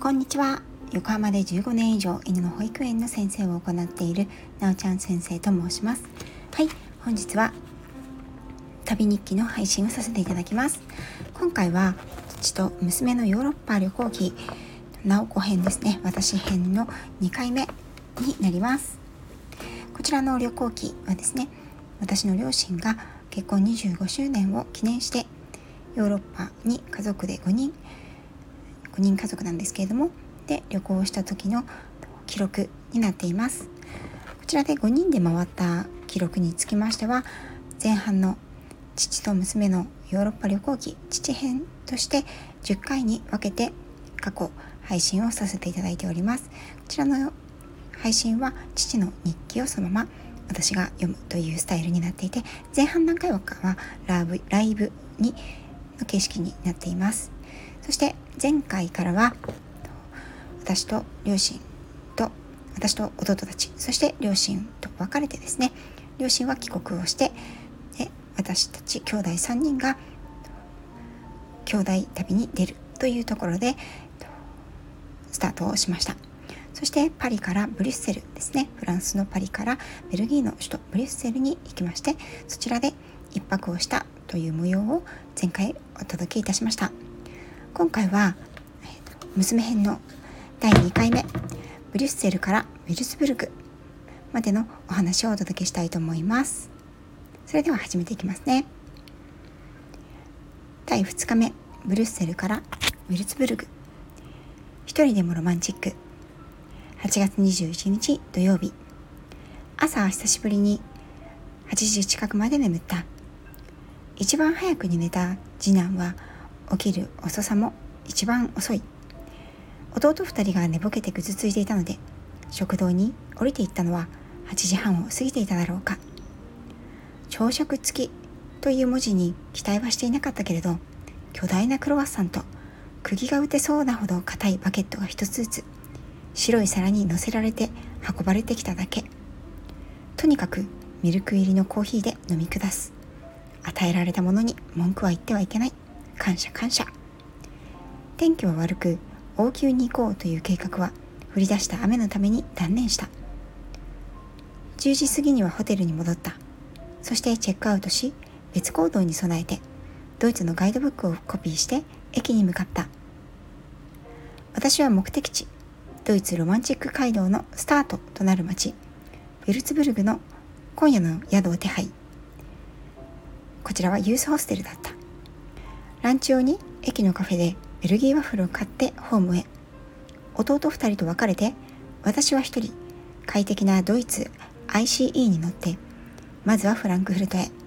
こんにちは。横浜で15年以上犬の保育園の先生を行っているなおちゃん先生と申します。はい、本日は旅日記の配信をさせていただきます。今回は父と娘のヨーロッパ旅行記なおこ編ですね。私編の2回目になります。こちらの旅行記はですね、私の両親が結婚25周年を記念してヨーロッパに家族で5人家族なんですけれども、で旅行をした時の記録になっています。こちらで5人で回った記録につきましては、前半の父と娘のヨーロッパ旅行記父編として10回に分けて過去配信をさせていただいております。こちらの配信は父の日記をそのまま私が読むというスタイルになっていて、前半何回かはライブの形式になっています。そして前回からは私と両親と私と弟たち、そして両親と別れてですね、両親は帰国をして、で私たち兄弟3人が兄弟旅に出るというところでスタートをしました。そしてパリからブリュッセルですね、フランスのパリからベルギーの首都ブリュッセルに行きまして、そちらで一泊をしたという模様を前回お届けいたしました。今回は娘編の第2回目、ブリュッセルからウィルスブルクまでのお話をお届けしたいと思います。それでは始めていきますね。第2日目、ブリュッセルからウィルスブルク、一人でもロマンチック。8月21日土曜日、朝久しぶりに8時近くまで眠った。一番早くに寝た次男は起きる遅さも一番遅い。弟2人が寝ぼけてぐずついていたので、食堂に降りていったのは8時半を過ぎていただろうか。朝食付きという文字に期待はしていなかったけれど、巨大なクロワッサンと釘が打てそうなほど硬いバケットが一つずつ白い皿に乗せられて運ばれてきただけ。とにかくミルク入りのコーヒーで飲み下す。与えられたものに文句は言ってはいけない。感謝感謝。天気は悪く、王宮に行こうという計画は降り出した雨のために断念した。10時過ぎにはホテルに戻った。そしてチェックアウトし、別行動に備えてドイツのガイドブックをコピーして駅に向かった。私は目的地、ドイツロマンチック街道のスタートとなる街、ウィルツブルグの今夜の宿を手配。こちらはユースホステルだった。ランチ用に駅のカフェでベルギーワッフルを買ってホームへ。弟2人と別れて、私は1人快適なドイツ ICE に乗って、まずはフランクフルトへ。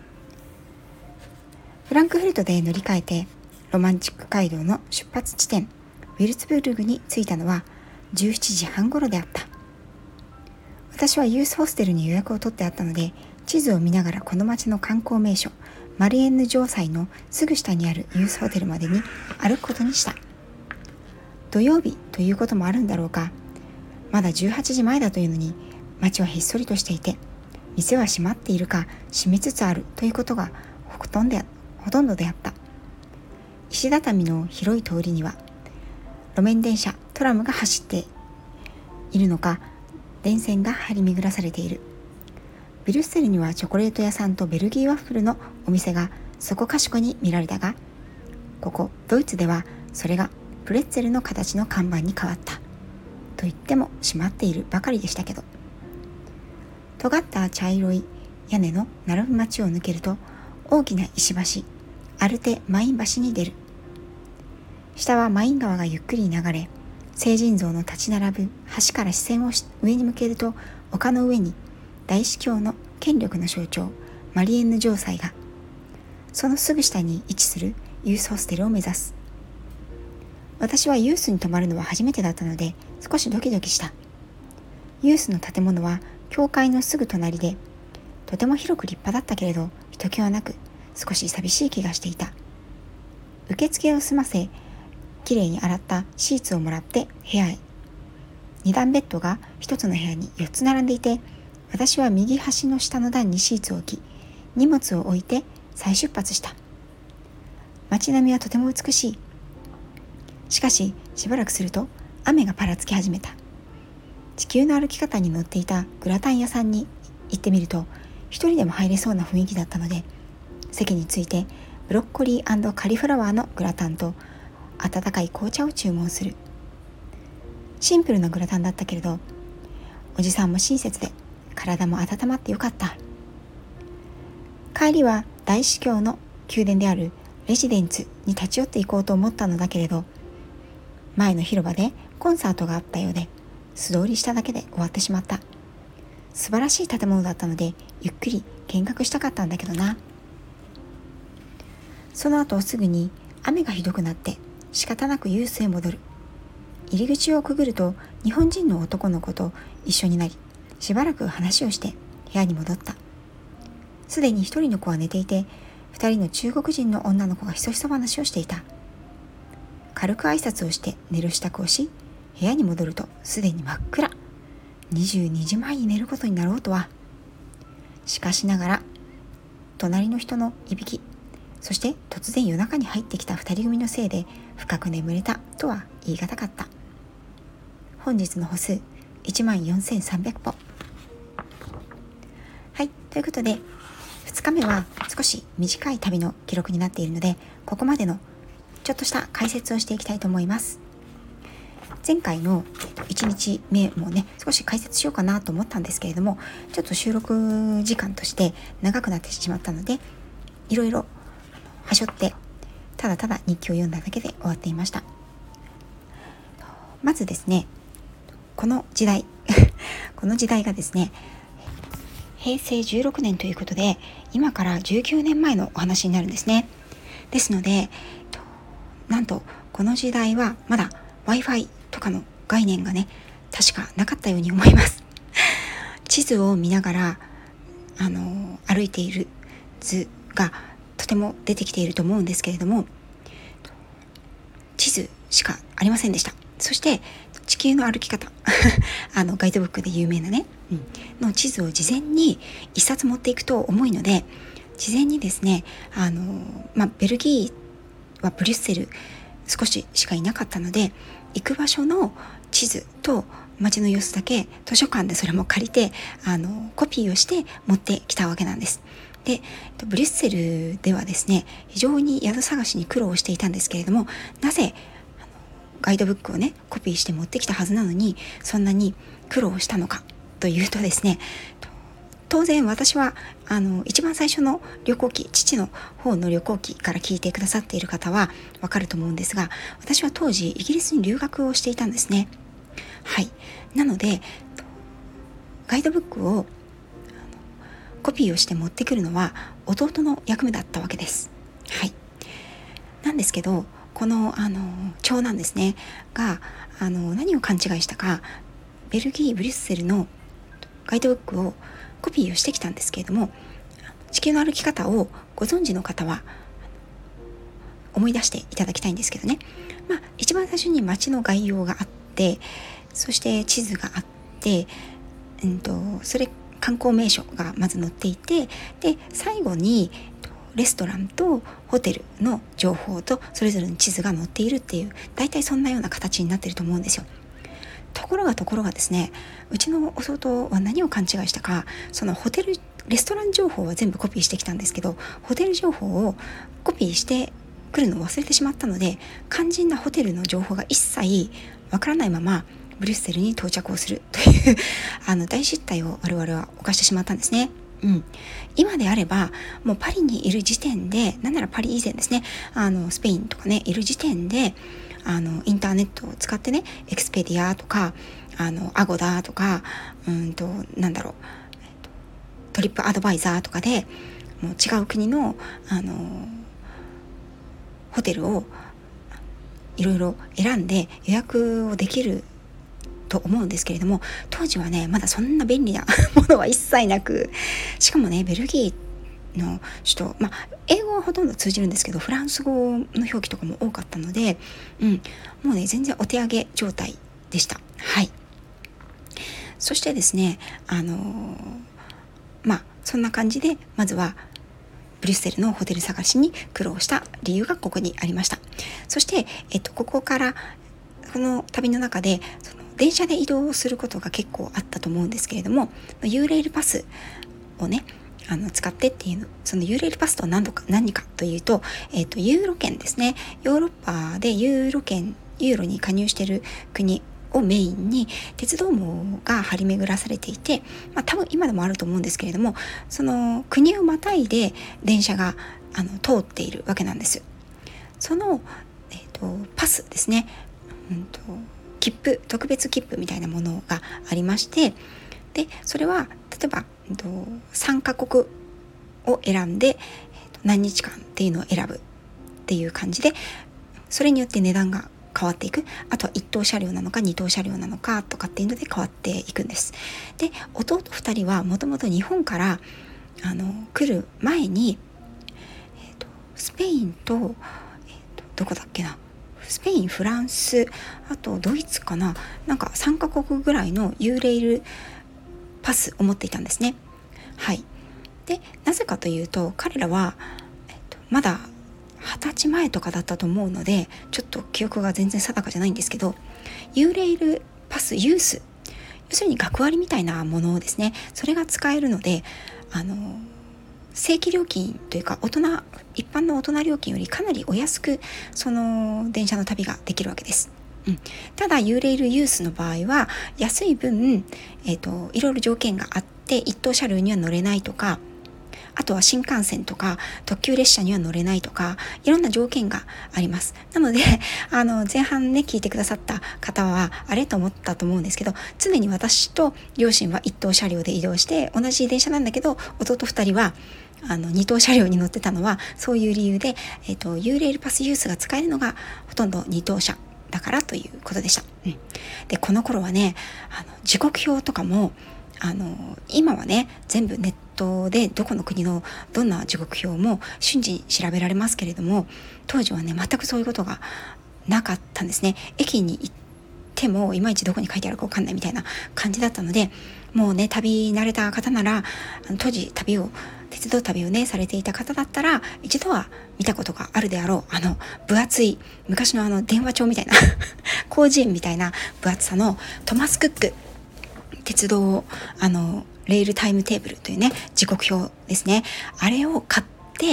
フランクフルトで乗り換えてロマンチック街道の出発地点ウィルツブルグに着いたのは17時半頃であった。私はユースホステルに予約を取ってあったので、地図を見ながらこの街の観光名所マリエンヌ城塞のすぐ下にあるユースホテルまでに歩くことにした。土曜日ということもあるんだろうか、まだ18時前だというのに街はひっそりとしていて、店は閉まっているか閉めつつあるということがほとんどであった。石畳の広い通りには路面電車トラムが走っているのか、電線が張り巡らされている。ブリュッセルにはチョコレート屋さんとベルギーワッフルのお店がそこかしこに見られたが、ここドイツではそれがプレッツェルの形の看板に変わったと言っても閉まっているばかりでしたけど、尖った茶色い屋根の並ぶ街を抜けると大きな石橋アルテ・マイン橋に出る。下はマイン川がゆっくり流れ、聖人像の立ち並ぶ橋から視線を上に向けると、丘の上に大司教の権力の象徴マリエンヌ城塞が、そのすぐ下に位置するユースホステルを目指す。私はユースに泊まるのは初めてだったので少しドキドキした。ユースの建物は教会のすぐ隣で、とても広く立派だったけれど人気はなく、少し寂しい気がしていた。受付を済ませ、きれいに洗ったシーツをもらって部屋へ。2段ベッドが1つの部屋に4つ並んでいて、私は右端の下の段にシーツを置き、荷物を置いて再出発した。街並みはとても美しい。 しかししばらくすると雨がぱらつき始めた。地球の歩き方に載っていたグラタン屋さんに行ってみると、一人でも入れそうな雰囲気だったので、席についてブロッコリー&カリフラワーのグラタンと温かい紅茶を注文する。シンプルなグラタンだったけれど、おじさんも親切で体も温まってよかった。帰りは大司教の宮殿であるレジデンツに立ち寄っていこうと思ったのだけれど、前の広場でコンサートがあったようで素通りしただけで終わってしまった。素晴らしい建物だったのでゆっくり見学したかったんだけどな。その後すぐに雨がひどくなって仕方なくユースへ戻る。入り口をくぐると日本人の男の子と一緒になり、しばらく話をして部屋に戻った。すでに一人の子は寝ていて、二人の中国人の女の子がひそひそ話をしていた。軽く挨拶をして寝る支度をし、部屋に戻るとすでに真っ暗。22時前に寝ることになろうとは。しかしながら隣の人のいびき、そして突然夜中に入ってきた二人組のせいで深く眠れたとは言い難かった。本日の歩数14,300歩。はい、ということで2日目は少し短い旅の記録になっているので、ここまでのちょっとした解説をしていきたいと思います。前回の1日目もね、少し解説しようかなと思ったんですけれども、ちょっと収録時間として長くなってしまったので、いろいろはしょってただただ日記を読んだだけで終わっていました。まずですね、この時代この時代がですね、平成16年ということで、今から19年前のお話になるんですね。ですので、なんとこの時代はまだ Wi-Fi とかの概念がね、確かなかったように思います。地図を見ながら歩いている図がとても出てきていると思うんですけれども、地図しかありませんでした。そして地球の歩き方ガイドブックで有名なね、の地図を事前に一冊持っていくと重いので、事前にですね、ベルギーはブリュッセル少ししかいなかったので、行く場所の地図と街の様子だけ図書館でそれも借りてコピーをして持ってきたわけなんです。で、ブリュッセルではですね、非常に宿探しに苦労していたんですけれども、なぜガイドブックをねコピーして持ってきたはずなのにそんなに苦労したのかというとですね、当然私は一番最初の旅行記、父の方の旅行記から聞いてくださっている方はわかると思うんですが、私は当時イギリスに留学をしていたんですね。はい、なのでガイドブックをコピーをして持ってくるのは弟の役目だったわけです。はい、なんですけど、この長男ですねが何を勘違いしたか、ベルギーブリュッセルのガイドブックをコピーをしてきたんですけれども、地球の歩き方をご存知の方は思い出していただきたいんですけどね、一番最初に街の概要があって、そして地図があって、それ観光名所がまず載っていて、で最後にレストランとホテルの情報とそれぞれの地図が載っているっていう、大体そんなような形になっていると思うんですよ。ところがですね、うちの弟は何を勘違いしたか、そのホテルレストラン情報は全部コピーしてきたんですけど、ホテル情報をコピーしてくるのを忘れてしまったので、肝心なホテルの情報が一切わからないままブリュッセルに到着をするという大失態を我々は犯してしまったんですね。今であればもうパリにいる時点で、なんならパリ以前ですね、スペインとかねいる時点でインターネットを使ってね、エクスペディアとかアゴダとかトリップアドバイザーとかでもう違う国のホテルをいろいろ選んで予約をできると思うんですけれども、当時はねまだそんな便利なものは一切なく、しかもねベルギーの首都、英語はほとんど通じるんですけど、フランス語の表記とかも多かったので、もうね全然お手上げ状態でした。はい。そしてですねそんな感じでまずはブリュッセルのホテル探しに苦労した理由がここにありました。そして、ここからこの旅の中でその電車で移動することが結構あったと思うんですけれども、ユーレールパスをね使ってっていうの、そのユーレールパスとは何かというと、ユーロ圏ですね。ヨーロッパでユーロに加入している国をメインに鉄道網が張り巡らされていて、多分今でもあると思うんですけれども、その国をまたいで電車が通っているわけなんです。その、パスですね、特別切符みたいなものがありまして、でそれは例えば、3カ国を選んで、何日間っていうのを選ぶっていう感じで、それによって値段が変わっていく。あとは1等車両なのか2等車両なのかとかっていうので変わっていくんです。で弟2人はもともと日本から来る前に、スペインと、どこだっけな、スペイン、フランス、あとドイツかな、なんか3カ国ぐらいのユーレールパスを持っていたんですね。はい。でなぜかというと、彼らは、まだ20歳前とかだったと思うので、ちょっと記憶が全然定かじゃないんですけど、ユーレールパスユース、要するに学割みたいなものをですね、それが使えるので、正規料金というか一般の大人料金よりかなりお安くその電車の旅ができるわけです。ただユーレールユースの場合は安い分、いろいろ条件があって、一等車両には乗れないとか、あとは新幹線とか特急列車には乗れないとか、いろんな条件があります。なので前半ね聞いてくださった方はあれと思ったと思うんですけど、常に私と両親は一等車両で移動して、同じ電車なんだけど弟2人は2等車両に乗ってたのはそういう理由で、ユーレールパスユースが使えるのがほとんど2等車だからということでした。でこの頃はね、時刻表とかも今はね全部ネットでどこの国のどんな時刻表も瞬時に調べられますけれども、当時はね全くそういうことがなかったんですね。駅に行ってもいまいちどこに書いてあるか分かんないみたいな感じだったので、もうね旅慣れた方なら、当時鉄道旅をねされていた方だったら一度は見たことがあるであろう、分厚い昔の電話帳みたいな広辞苑みたいな分厚さのトマス・クック鉄道レールタイムテーブルというね時刻表ですね、あれを買って、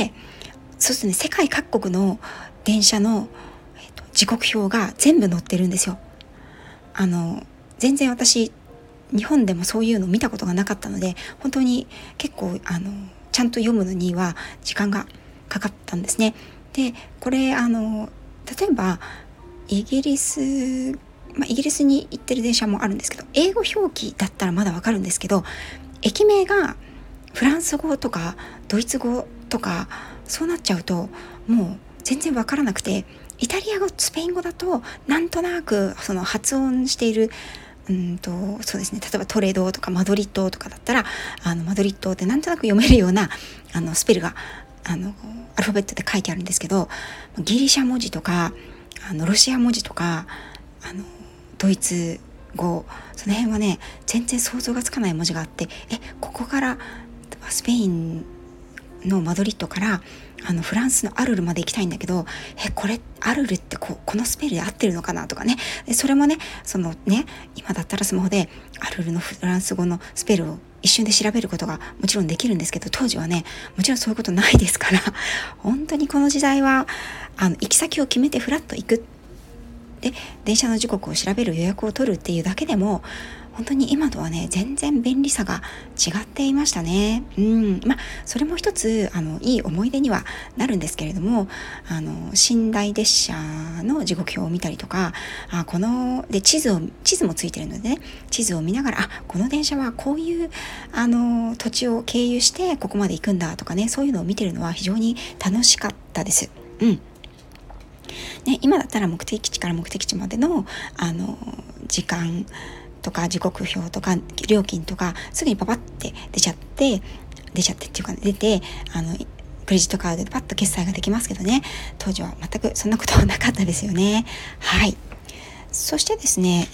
そうするとね世界各国の電車の、時刻表が全部載ってるんですよ。全然私日本でもそういうの見たことがなかったので、本当に結構ちゃんと読むのには時間がかかったんですね。でこれ例えばイギリスに行ってる電車もあるんですけど、英語表記だったらまだわかるんですけど、駅名がフランス語とかドイツ語とかそうなっちゃうともう全然わからなくて、イタリア語スペイン語だとなんとなくその発音しているそうですね、例えばトレドとかマドリッドとかだったらマドリッドってなんとなく読めるようなスペルがアルファベットで書いてあるんですけど、ギリシャ文字とかロシア文字とかドイツ語、その辺はね全然想像がつかない文字があって、ここからスペインのマドリッドからフランスのアルルまで行きたいんだけど、これアルルってこのスペルで合ってるのかなとかね、でそれもね今だったらスマホでアルルのフランス語のスペルを一瞬で調べることがもちろんできるんですけど、当時はねもちろんそういうことないですから、本当にこの時代は行き先を決めてフラッと行く、で電車の時刻を調べる予約を取るっていうだけでも本当に今とはね全然便利さが違っていましたね。それも一ついい思い出にはなるんですけれども、寝台列車の時刻表を見たりとか、で地図もついてるのでね、地図を見ながらこの電車はこういう土地を経由してここまで行くんだとかね、そういうのを見てるのは非常に楽しかったです。今だったら目的地から目的地までの時間とか時刻表とか料金とかすぐにパパって出ちゃってっていうか出てクレジットカードでパッと決済ができますけどね、当時は全くそんなことはなかったですよね。はい。そしてですね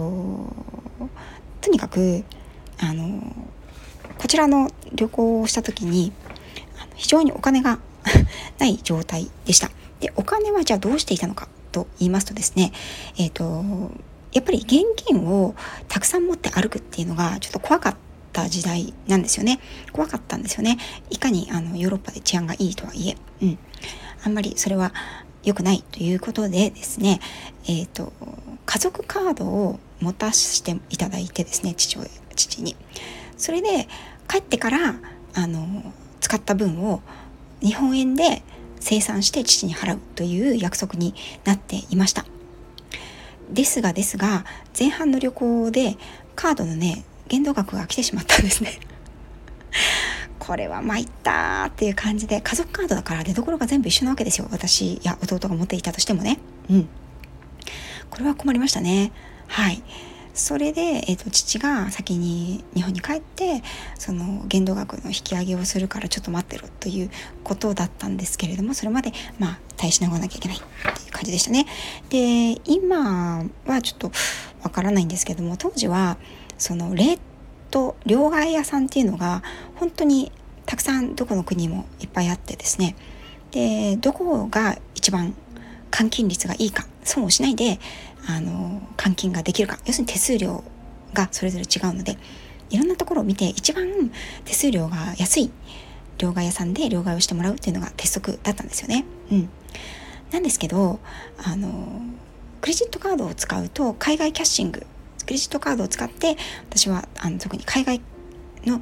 とにかくこちらの旅行をした時に非常にお金がない状態でした。で、お金はじゃあどうしていたのかと言いますとですね、やっぱり現金をたくさん持って歩くっていうのがちょっと怖かった時代なんですよね。怖かったんですよね。いかにヨーロッパで治安がいいとはいえ、あんまりそれは良くないということでですね、家族カードを持たせていただいてですね、父に。それで帰ってから使った分を日本円で清算して父に払うという約束になっていました。ですが前半の旅行でカードのね限度額が来てしまったんですね。これは参ったっていう感じで、家族カードだから出所が全部一緒なわけですよ。私や弟が持っていたとしてもね。これは困りましたね。はい。それで、父が先に日本に帰ってその限度額の引き上げをするからちょっと待ってろということだったんですけれども、それまで耐えしのがなきゃいけないっていう感じでしたね。で、今はちょっとわからないんですけども、当時はその両替屋さんっていうのが本当にたくさんどこの国もいっぱいあってですね、でどこが一番換金率がいいか、損をしないで換金ができるか、要するに手数料がそれぞれ違うので、いろんなところを見て一番手数料が安い両替屋さんで両替をしてもらうっていうのが鉄則だったんですよね。なんですけどクレジットカードを使うと海外キャッシング、クレジットカードを使って私は特に海外の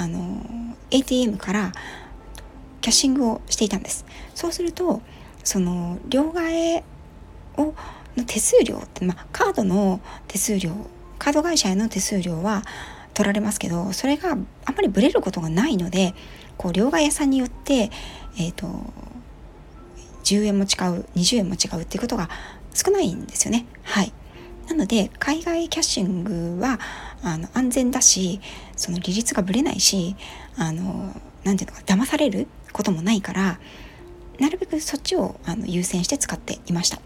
ATM からキャッシングをしていたんです。そうするとその両替の手数料って、カードの手数料、カード会社への手数料は取られますけど、それがあんまりブレることがないので、こう両替屋さんによって10円も違う、20円も違うっていうことが少ないんですよね。はい。なので海外キャッシングは安全だし、その利率がぶれないし、なんていうのか、騙されることもないから、なるべくそっちを優先して使っていました。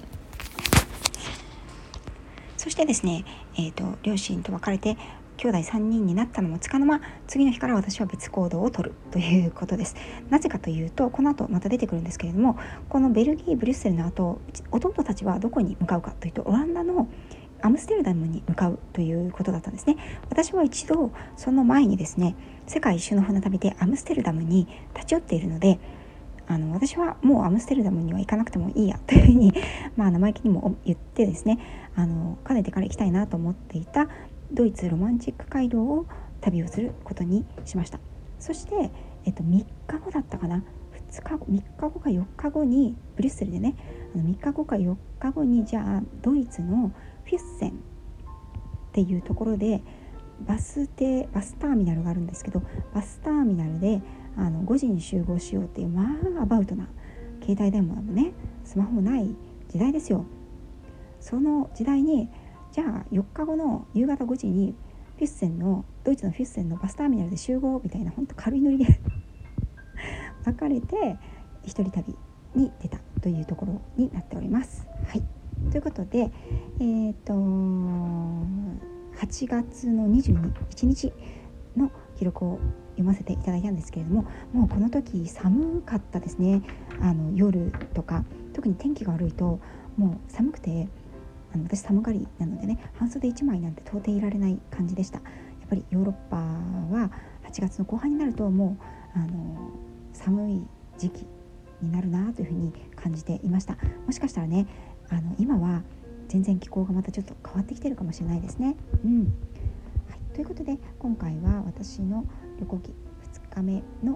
そしてですね、両親と別れて兄弟3人になったのもつかの間、次の日から私は別行動を取るということです。なぜかというと、この後また出てくるんですけれども、このベルギーブリュッセルの後、弟たちはどこに向かうかというと、オランダのアムステルダムに向かうということだったんですね。私は一度その前にですね、世界一周の船旅でアムステルダムに立ち寄っているので、私はもうアムステルダムには行かなくてもいいやというふうに、生意気にも言ってですね、かねてから行きたいなと思っていたドイツロマンチック街道を旅をすることにしました。そして、3日後だったかな、3日後か4日後にブリュッセルでね、3日後か4日後に、じゃあドイツのフィッセンっていうところでバスターミナルがあるんですけど、バスターミナルで5時に集合しようっていう、アバウトな、携帯電話もねスマホもない時代ですよ。その時代に、じゃあ4日後の夕方5時にドイツのフィッセンのバスターミナルで集合みたいな、本当軽いノリで別れて一人旅に出たというところになっております。はい。ということで、8月の21日の記録を読ませていただいたんですけれども、もうこの時寒かったですね。夜とか特に天気が悪いともう寒くて、私寒がりなのでね、半袖1枚なんて到底いられない感じでした。やっぱりヨーロッパは8月の後半になるともう寒い時期になるなというふうに感じていました。もしかしたらね、今は全然気候がまたちょっと変わってきてるかもしれないですね。はい、ということで今回は私の旅行記2日目の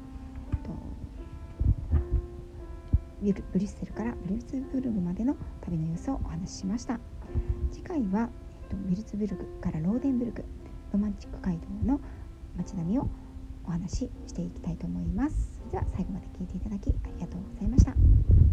ブリュッセルからブリュツブルグまでの旅の様子をお話ししました。次回は、ビルツブルグからローデンブルク、ロマンチック街道の街並みをお話ししていきたいと思います。それでは最後まで聞いていただきありがとうございました。